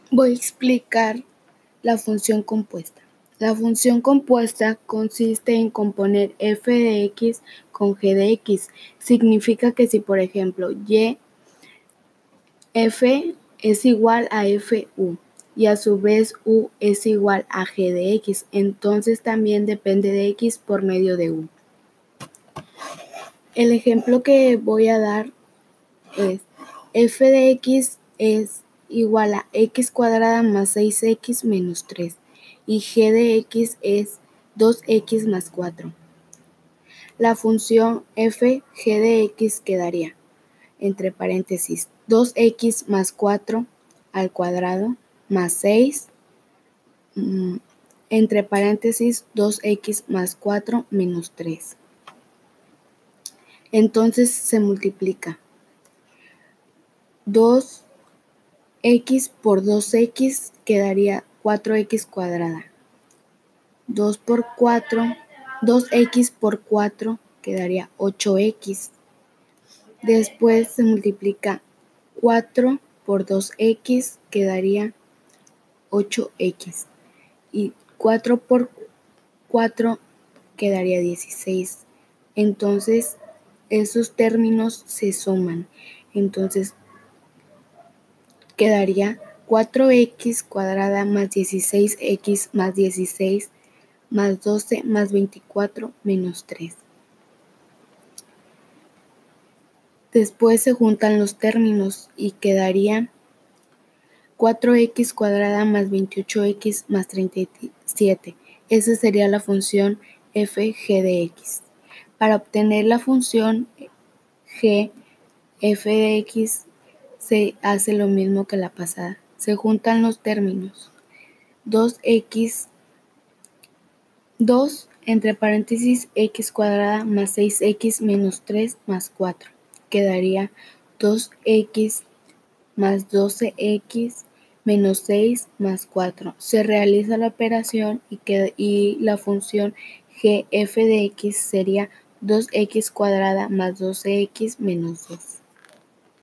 Voy a explicar la función compuesta. La función compuesta consiste en componer f de x con g de x. Significa que si, por ejemplo, f es igual a fu y a su vez u es igual a g de x, entonces también depende de x por medio de u. El ejemplo que voy a dar es f de x es igual a x cuadrada más 6x menos 3 y g de x es 2x más 4. La función f g de x quedaría entre paréntesis 2x más 4 al cuadrado más 6 entre paréntesis 2x más 4 menos 3. Entonces se multiplica 2x por 2x quedaría 4x cuadrada. 2x por 4 quedaría 8x. Después se multiplica 4 por 2x quedaría 8x. Y 4 por 4 quedaría 16. Entonces esos términos se suman. Entonces quedaría 4x cuadrada más 16x más 16 más 12 más 24 menos 3. Después se juntan los términos y quedaría 4x cuadrada más 28x más 37. Esa sería la función f g de x. Para obtener la función g f de x se hace lo mismo que la pasada. Se juntan los términos. 2x, 2 entre paréntesis x cuadrada más 6x menos 3 más 4. Quedaría 2x más 12x menos 6 más 4. Se realiza la operación y la función g f de x sería 2x cuadrada más 12x menos 2.